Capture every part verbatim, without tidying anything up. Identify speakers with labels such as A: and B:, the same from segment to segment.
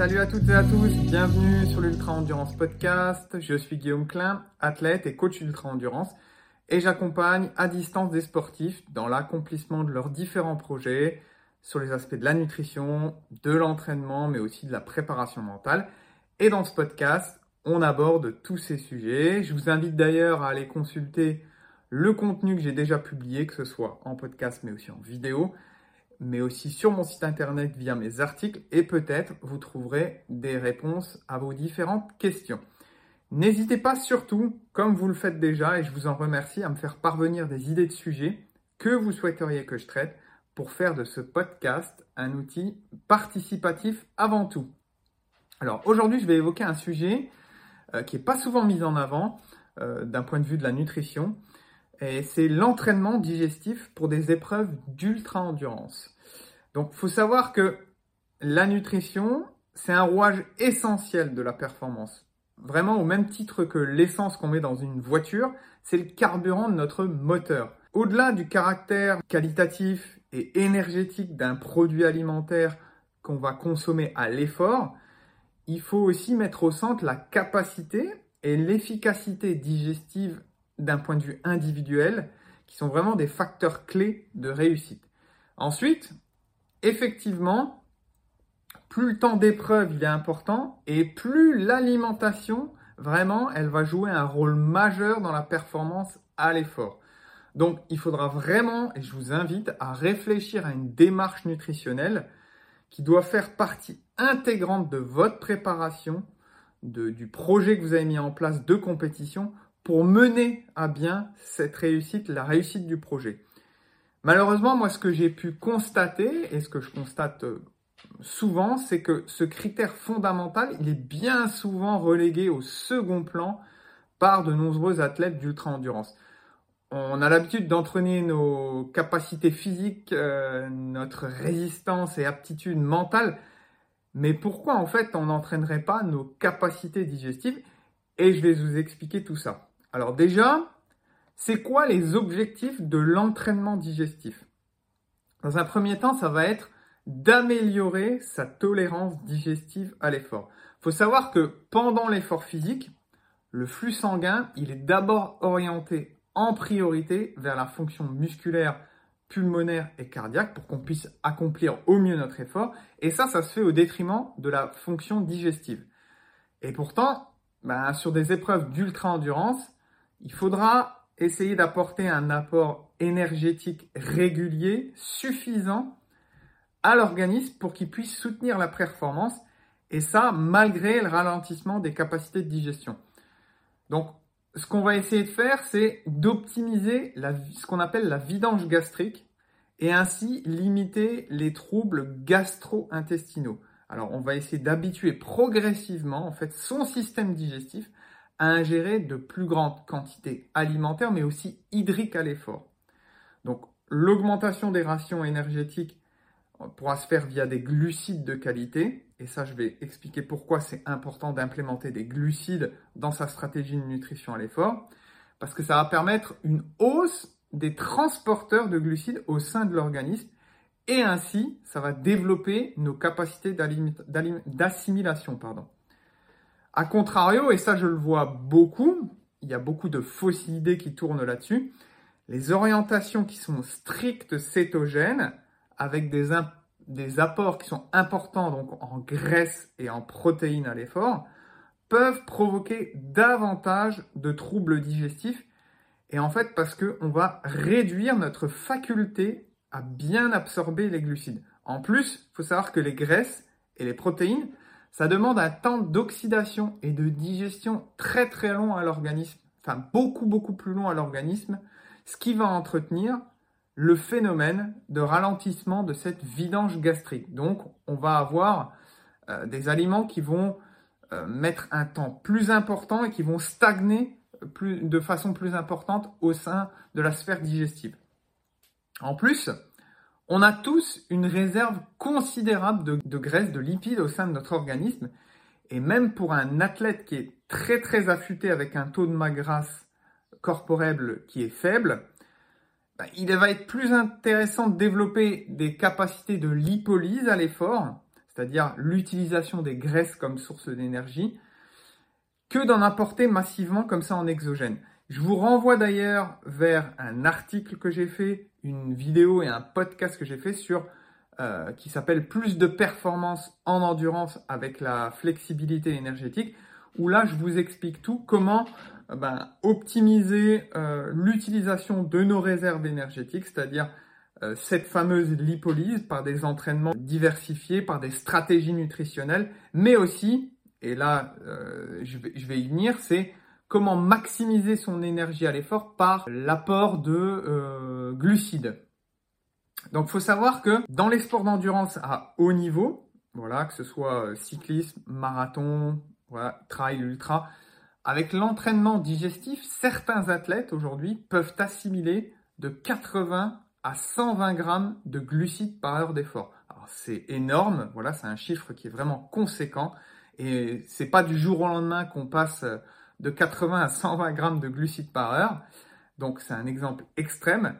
A: Salut à toutes et à tous, bienvenue sur l'Ultra Endurance Podcast. Je suis Guillaume Klein, athlète et coach Ultra Endurance et j'accompagne à distance des sportifs dans l'accomplissement de leurs différents projets sur les aspects de la nutrition, de l'entraînement, mais aussi de la préparation mentale. Et dans ce podcast, on aborde tous ces sujets. Je vous invite d'ailleurs à aller consulter le contenu que j'ai déjà publié, que ce soit en podcast mais aussi en vidéo, mais aussi sur mon site internet via mes articles et peut-être vous trouverez des réponses à vos différentes questions. N'hésitez pas surtout, comme vous le faites déjà, et je vous en remercie, à me faire parvenir des idées de sujets que vous souhaiteriez que je traite pour faire de ce podcast un outil participatif avant tout. Alors aujourd'hui, je vais évoquer un sujet euh, qui n'est pas souvent mis en avant euh, d'un point de vue de la nutrition, et c'est l'entraînement digestif pour des épreuves d'ultra-endurance. Donc, il faut savoir que la nutrition, c'est un rouage essentiel de la performance. Vraiment, au même titre que l'essence qu'on met dans une voiture, c'est le carburant de notre moteur. Au-delà du caractère qualitatif et énergétique d'un produit alimentaire qu'on va consommer à l'effort, il faut aussi mettre au centre la capacité et l'efficacité digestive d'un point de vue individuel, qui sont vraiment des facteurs clés de réussite. Ensuite, effectivement, plus le temps d'épreuve il est important et plus l'alimentation, vraiment, elle va jouer un rôle majeur dans la performance à l'effort. Donc, il faudra vraiment, et je vous invite à réfléchir à une démarche nutritionnelle qui doit faire partie intégrante de votre préparation, de, du projet que vous avez mis en place de compétition pour mener à bien cette réussite, la réussite du projet. Malheureusement, moi, ce que j'ai pu constater, et ce que je constate souvent, c'est que ce critère fondamental, il est bien souvent relégué au second plan par de nombreux athlètes d'ultra-endurance. On a l'habitude d'entraîner nos capacités physiques, euh, notre résistance et aptitude mentale, mais pourquoi en fait on n'entraînerait pas nos capacités digestives? Et je vais vous expliquer tout ça. Alors déjà, c'est quoi les objectifs de l'entraînement digestif? Dans un premier temps, ça va être d'améliorer sa tolérance digestive à l'effort. Il faut savoir que pendant l'effort physique, le flux sanguin, il est d'abord orienté en priorité vers la fonction musculaire, pulmonaire et cardiaque pour qu'on puisse accomplir au mieux notre effort. Et ça, ça se fait au détriment de la fonction digestive. Et pourtant, ben, sur des épreuves d'ultra-endurance, il faudra essayer d'apporter un apport énergétique régulier, suffisant à l'organisme pour qu'il puisse soutenir la performance, et ça, malgré le ralentissement des capacités de digestion. Donc, ce qu'on va essayer de faire, c'est d'optimiser la, ce qu'on appelle la vidange gastrique, et ainsi limiter les troubles gastro-intestinaux. Alors, on va essayer d'habituer progressivement, en fait, son système digestif à ingérer de plus grandes quantités alimentaires, mais aussi hydriques à l'effort. Donc, l'augmentation des rations énergétiques pourra se faire via des glucides de qualité. Et ça, je vais expliquer pourquoi c'est important d'implémenter des glucides dans sa stratégie de nutrition à l'effort. Parce que ça va permettre une hausse des transporteurs de glucides au sein de l'organisme. Et ainsi, ça va développer nos capacités d'assimilation. Pardon. A contrario, et ça je le vois beaucoup, il y a beaucoup de fausses idées qui tournent là-dessus, les orientations qui sont strictes cétogènes, avec des, des apports qui sont importants donc en graisse et en protéines à l'effort, peuvent provoquer davantage de troubles digestifs. Et en fait, parce qu'on va réduire notre faculté à bien absorber les glucides. En plus, il faut savoir que les graisses et les protéines, ça demande un temps d'oxydation et de digestion très très long à l'organisme, enfin beaucoup beaucoup plus long à l'organisme, ce qui va entretenir le phénomène de ralentissement de cette vidange gastrique. Donc, on va avoir euh, des aliments qui vont euh, mettre un temps plus important et qui vont stagner plus, de façon plus importante au sein de la sphère digestive. En plus, on a tous une réserve considérable de, de graisse, de lipides au sein de notre organisme. Et même pour un athlète qui est très très affûté avec un taux de masse grasse corporelle qui est faible, ben, il va être plus intéressant de développer des capacités de lipolyse à l'effort, c'est-à-dire l'utilisation des graisses comme source d'énergie, que d'en apporter massivement comme ça en exogène. Je vous renvoie d'ailleurs vers un article que j'ai fait, une vidéo et un podcast que j'ai fait sur euh, qui s'appelle « Plus de performance en endurance avec la flexibilité énergétique » où là, je vous explique tout, comment euh, ben, optimiser euh, l'utilisation de nos réserves énergétiques, c'est-à-dire euh, cette fameuse lipolyse par des entraînements diversifiés, par des stratégies nutritionnelles, mais aussi, et là, euh, je, vais, je vais y venir, c'est comment maximiser son énergie à l'effort par l'apport de euh, glucides. Donc, il faut savoir que dans les sports d'endurance à haut niveau, voilà, que ce soit cyclisme, marathon, voilà, trail, ultra, avec l'entraînement digestif, certains athlètes aujourd'hui peuvent assimiler de quatre-vingts à cent vingt grammes de glucides par heure d'effort. Alors c'est énorme, voilà, c'est un chiffre qui est vraiment conséquent et c'est pas du jour au lendemain qu'on passe de quatre-vingts à cent vingt grammes de glucides par heure. Donc c'est un exemple extrême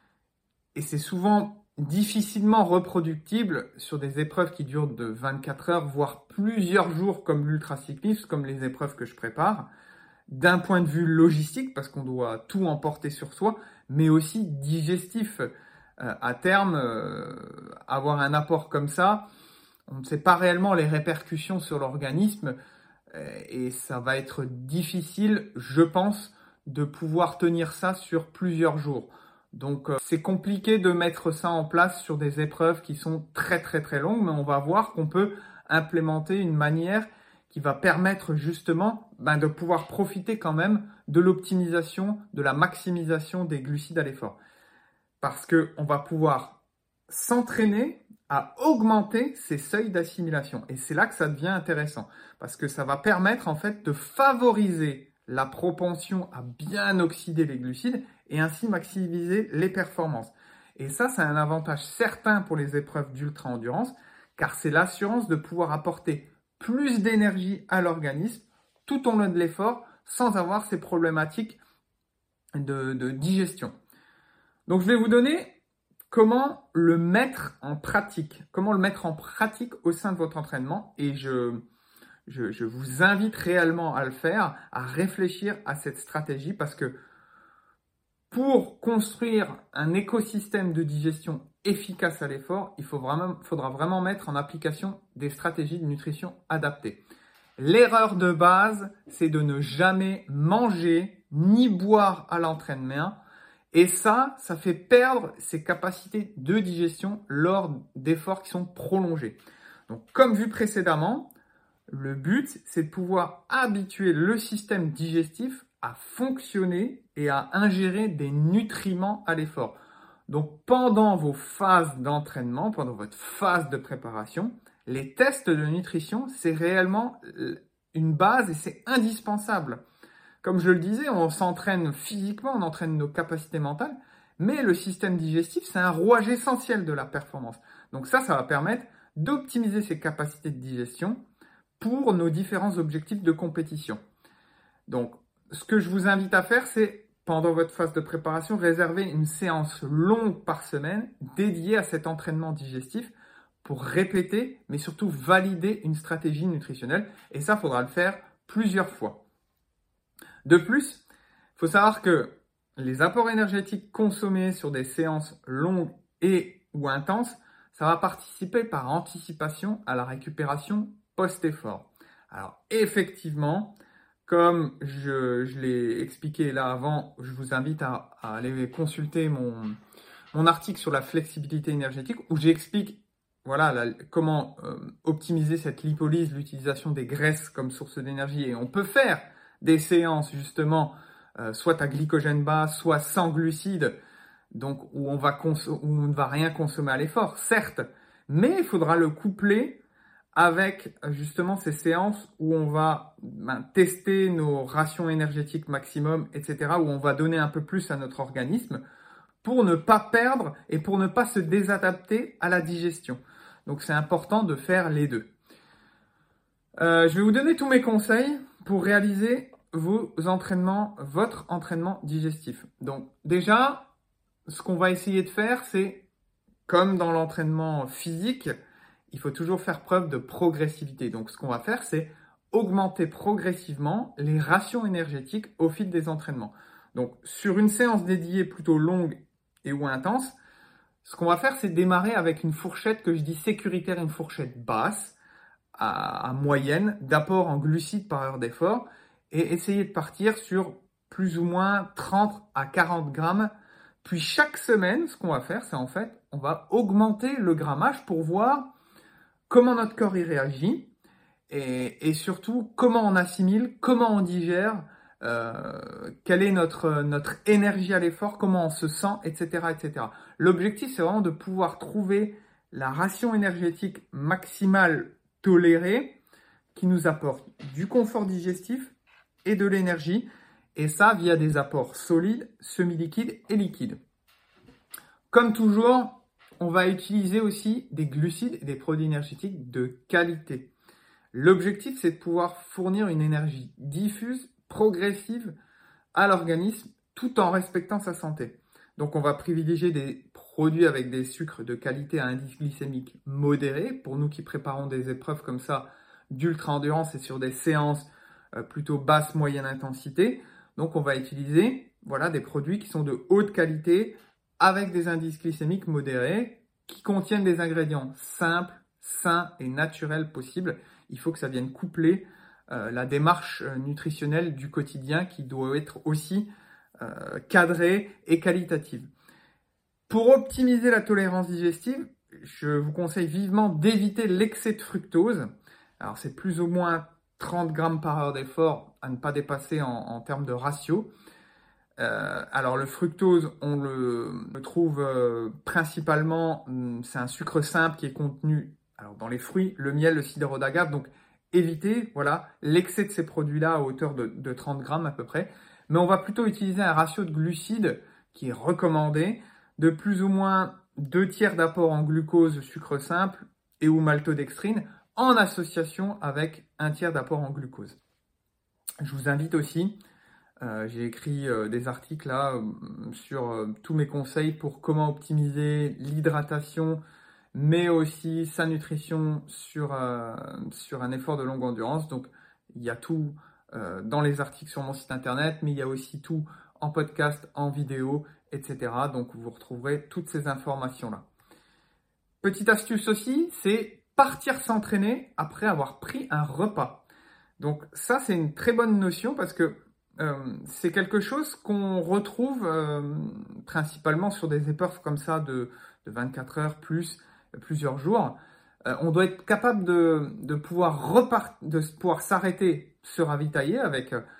A: et c'est souvent difficilement reproductible sur des épreuves qui durent de vingt-quatre heures, voire plusieurs jours comme l'ultracyclisme, comme les épreuves que je prépare, d'un point de vue logistique, parce qu'on doit tout emporter sur soi, mais aussi digestif. Euh, à terme, euh, avoir un apport comme ça, on ne sait pas réellement les répercussions sur l'organisme, euh, et ça va être difficile, je pense, de pouvoir tenir ça sur plusieurs jours. Donc, euh, c'est compliqué de mettre ça en place sur des épreuves qui sont très très très longues, mais on va voir qu'on peut implémenter une manière qui va permettre justement ben, de pouvoir profiter quand même de l'optimisation, de la maximisation des glucides à l'effort. Parce qu'on va pouvoir s'entraîner à augmenter ces seuils d'assimilation. Et c'est là que ça devient intéressant, parce que ça va permettre en fait de favoriser la propension à bien oxyder les glucides et ainsi maximiser les performances. Et ça, c'est un avantage certain pour les épreuves d'ultra-endurance, car c'est l'assurance de pouvoir apporter plus d'énergie à l'organisme tout au long de l'effort sans avoir ces problématiques de, de digestion. Donc, je vais vous donner comment le mettre en pratique, comment le mettre en pratique au sein de votre entraînement et je... Je, je vous invite réellement à le faire, à réfléchir à cette stratégie parce que pour construire un écosystème de digestion efficace à l'effort, il faut vraiment, faudra vraiment mettre en application des stratégies de nutrition adaptées. L'erreur de base, c'est de ne jamais manger ni boire à l'entraînement et ça, ça fait perdre ses capacités de digestion lors d'efforts qui sont prolongés. Donc, comme vu précédemment, le but, c'est de pouvoir habituer le système digestif à fonctionner et à ingérer des nutriments à l'effort. Donc, pendant vos phases d'entraînement, pendant votre phase de préparation, les tests de nutrition, c'est réellement une base et c'est indispensable. Comme je le disais, on s'entraîne physiquement, on entraîne nos capacités mentales, mais le système digestif, c'est un rouage essentiel de la performance. Donc ça, ça va permettre d'optimiser ses capacités de digestion pour nos différents objectifs de compétition. Donc, ce que je vous invite à faire, c'est, pendant votre phase de préparation, réserver une séance longue par semaine dédiée à cet entraînement digestif pour répéter, mais surtout valider une stratégie nutritionnelle. Et ça, il faudra le faire plusieurs fois. De plus, il faut savoir que les apports énergétiques consommés sur des séances longues et ou intenses, ça va participer par anticipation à la récupération post-effort. Alors effectivement, comme je, je l'ai expliqué là avant, je vous invite à, à aller consulter mon, mon article sur la flexibilité énergétique où j'explique voilà, la, comment euh, optimiser cette lipolyse, l'utilisation des graisses comme source d'énergie. Et on peut faire des séances justement euh, soit à glycogène bas, soit sans glucides, donc où on, va où on ne va rien consommer à l'effort, certes, mais il faudra le coupler avec justement ces séances où on va ben, tester nos rations énergétiques maximum, et cetera, où on va donner un peu plus à notre organisme pour ne pas perdre et pour ne pas se désadapter à la digestion. Donc c'est important de faire les deux. Euh, je vais vous donner tous mes conseils pour réaliser vos entraînements, votre entraînement digestif. Donc déjà, ce qu'on va essayer de faire, c'est comme dans l'entraînement physique, il faut toujours faire preuve de progressivité. Donc, ce qu'on va faire, c'est augmenter progressivement les rations énergétiques au fil des entraînements. Donc, sur une séance dédiée plutôt longue et ou intense, ce qu'on va faire, c'est démarrer avec une fourchette que je dis sécuritaire, une fourchette basse à, à moyenne d'apport en glucides par heure d'effort et essayer de partir sur plus ou moins trente à quarante grammes. Puis chaque semaine, ce qu'on va faire, c'est en fait, on va augmenter le grammage pour voir comment notre corps y réagit et, et surtout comment on assimile, comment on digère, euh, quelle est notre, notre énergie à l'effort, comment on se sent, et cetera, et cetera. L'objectif, c'est vraiment de pouvoir trouver la ration énergétique maximale tolérée qui nous apporte du confort digestif et de l'énergie, et ça via des apports solides, semi-liquides et liquides. Comme toujours, on va utiliser aussi des glucides et des produits énergétiques de qualité. L'objectif, c'est de pouvoir fournir une énergie diffuse, progressive à l'organisme, tout en respectant sa santé. Donc, on va privilégier des produits avec des sucres de qualité à indice glycémique modéré, pour nous qui préparons des épreuves comme ça d'ultra-endurance et sur des séances euh, plutôt basse, moyenne intensité. Donc, on va utiliser voilà, des produits qui sont de haute qualité, avec des indices glycémiques modérés, qui contiennent des ingrédients simples, sains et naturels possibles. Il faut que ça vienne coupler euh, la démarche euh, nutritionnelle du quotidien qui doit être aussi euh, cadrée et qualitative. Pour optimiser la tolérance digestive, je vous conseille vivement d'éviter l'excès de fructose. Alors, c'est plus ou moins trente grammes par heure d'effort à ne pas dépasser en, en termes de ratio. Euh, alors le fructose, on le, le trouve euh, principalement, c'est un sucre simple qui est contenu alors, dans les fruits, le miel, le cidre d'agave, donc évitez voilà, l'excès de ces produits-là à hauteur de, de trente grammes à peu près. Mais on va plutôt utiliser un ratio de glucides qui est recommandé de plus ou moins deux tiers d'apport en glucose, sucre simple et ou maltodextrine en association avec un tiers d'apport en glucose. Je vous invite aussi Euh, j'ai écrit euh, des articles là euh, sur euh, tous mes conseils pour comment optimiser l'hydratation, mais aussi sa nutrition sur, euh, sur un effort de longue endurance. Donc, il y a tout euh, dans les articles sur mon site internet, mais il y a aussi tout en podcast, en vidéo, et cetera. Donc, vous retrouverez toutes ces informations-là. Petite astuce aussi, c'est partir s'entraîner après avoir pris un repas. Donc, ça, c'est une très bonne notion parce que Euh, c'est quelque chose qu'on retrouve euh, principalement sur des épreuves comme ça de, de vingt-quatre heures plus euh, plusieurs jours. Euh, on doit être capable de, de pouvoir repart, de pouvoir s'arrêter, se ravitailler avec euh,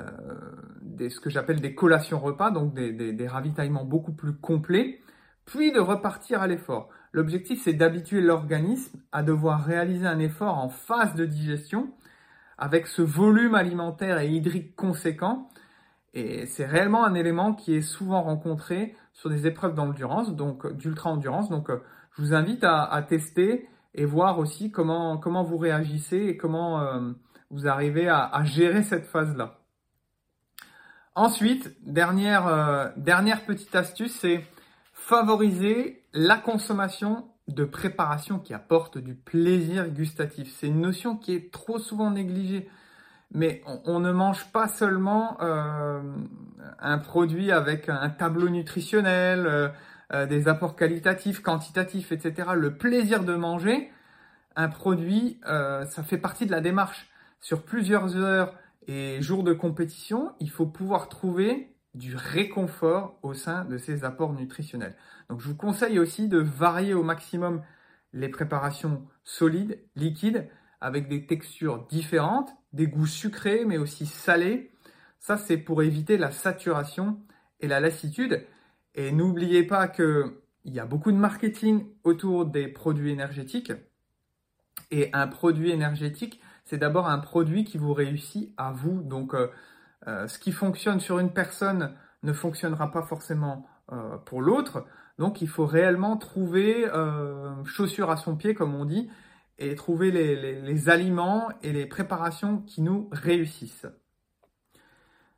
A: des, ce que j'appelle des collations repas, donc des, des, des ravitaillements beaucoup plus complets, puis de repartir à l'effort. L'objectif, c'est d'habituer l'organisme à devoir réaliser un effort en phase de digestion, avec ce volume alimentaire et hydrique conséquent. Et c'est réellement un élément qui est souvent rencontré sur des épreuves d'endurance, donc d'ultra-endurance. Donc, je vous invite à, à tester et voir aussi comment, comment vous réagissez et comment euh, vous arrivez à, à gérer cette phase-là. Ensuite, dernière, euh, dernière petite astuce, c'est favoriser la consommation de préparation qui apporte du plaisir gustatif. C'est une notion qui est trop souvent négligée. Mais on, on ne mange pas seulement euh, un produit avec un tableau nutritionnel, euh, euh, des apports qualitatifs, quantitatifs, et cetera. Le plaisir de manger un produit, euh, ça fait partie de la démarche. Sur plusieurs heures et jours de compétition, il faut pouvoir trouver du réconfort au sein de ces apports nutritionnels. Donc, je vous conseille aussi de varier au maximum les préparations solides, liquides, avec des textures différentes, des goûts sucrés, mais aussi salés. Ça, c'est pour éviter la saturation et la lassitude. Et n'oubliez pas qu'il y a beaucoup de marketing autour des produits énergétiques. Et un produit énergétique, c'est d'abord un produit qui vous réussit à vous. Donc, euh, Euh, ce qui fonctionne sur une personne ne fonctionnera pas forcément euh, pour l'autre. Donc, il faut réellement trouver euh, chaussure à son pied, comme on dit, et trouver les, les, les aliments et les préparations qui nous réussissent.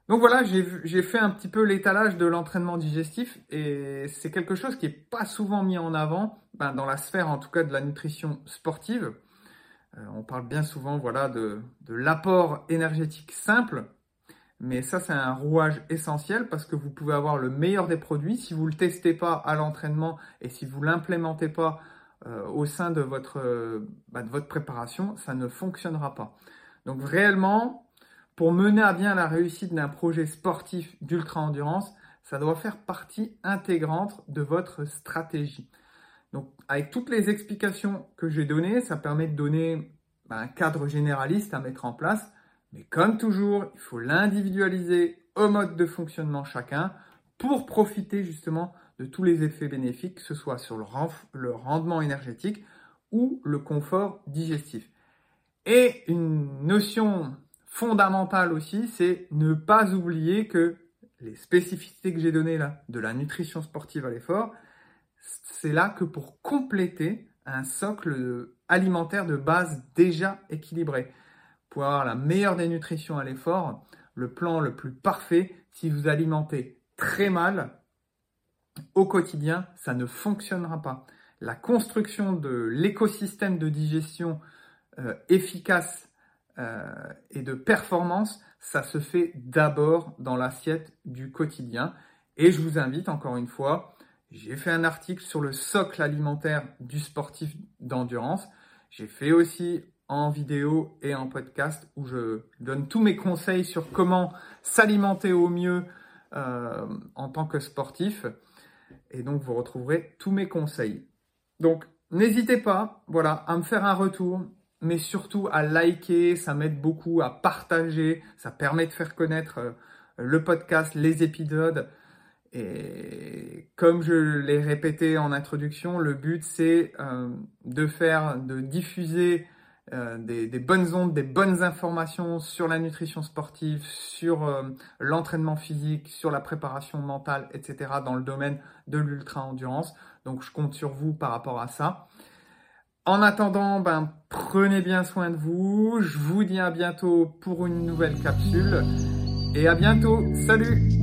A: Donc voilà, j'ai j'ai fait un petit peu l'étalage de l'entraînement digestif et c'est quelque chose qui est pas souvent mis en avant, ben, dans la sphère en tout cas de la nutrition sportive. Euh, on parle bien souvent voilà, de, de l'apport énergétique simple, mais ça c'est un rouage essentiel parce que vous pouvez avoir le meilleur des produits. Si vous ne le testez pas à l'entraînement et si vous ne l'implémentez pas euh, au sein de votre, euh, bah, de votre préparation, ça ne fonctionnera pas. Donc réellement, pour mener à bien la réussite d'un projet sportif d'ultra-endurance, ça doit faire partie intégrante de votre stratégie. Donc, avec toutes les explications que j'ai données, ça permet de donner ben, un cadre généraliste à mettre en place. Mais comme toujours, il faut l'individualiser au mode de fonctionnement chacun pour profiter justement de tous les effets bénéfiques, que ce soit sur le, renf- le rendement énergétique ou le confort digestif. Et une notion fondamentale aussi, c'est ne pas oublier que les spécificités que j'ai données là, de la nutrition sportive à l'effort, c'est là que pour compléter un socle alimentaire de base déjà équilibré. Pour avoir la meilleure des nutritions à l'effort, le plan le plus parfait, si vous alimentez très mal, au quotidien, ça ne fonctionnera pas. La construction de l'écosystème de digestion euh, efficace euh, et de performance, ça se fait d'abord dans l'assiette du quotidien. Et je vous invite encore une fois, j'ai fait un article sur le socle alimentaire du sportif d'endurance. J'ai fait aussi en vidéo et en podcast où je donne tous mes conseils sur comment s'alimenter au mieux euh, en tant que sportif. Et donc, vous retrouverez tous mes conseils. Donc, n'hésitez pas, voilà, à me faire un retour, mais surtout à liker, ça m'aide beaucoup, à partager, ça permet de faire connaître euh, le podcast, les épisodes. Et comme je l'ai répété en introduction, le but c'est euh, de faire, de diffuser euh, des, des bonnes ondes, des bonnes informations sur la nutrition sportive, sur euh, l'entraînement physique, sur la préparation mentale, et cetera dans le domaine de l'ultra-endurance. Donc je compte sur vous par rapport à ça. En attendant, ben, prenez bien soin de vous. Je vous dis à bientôt pour une nouvelle capsule. Et à bientôt. Salut!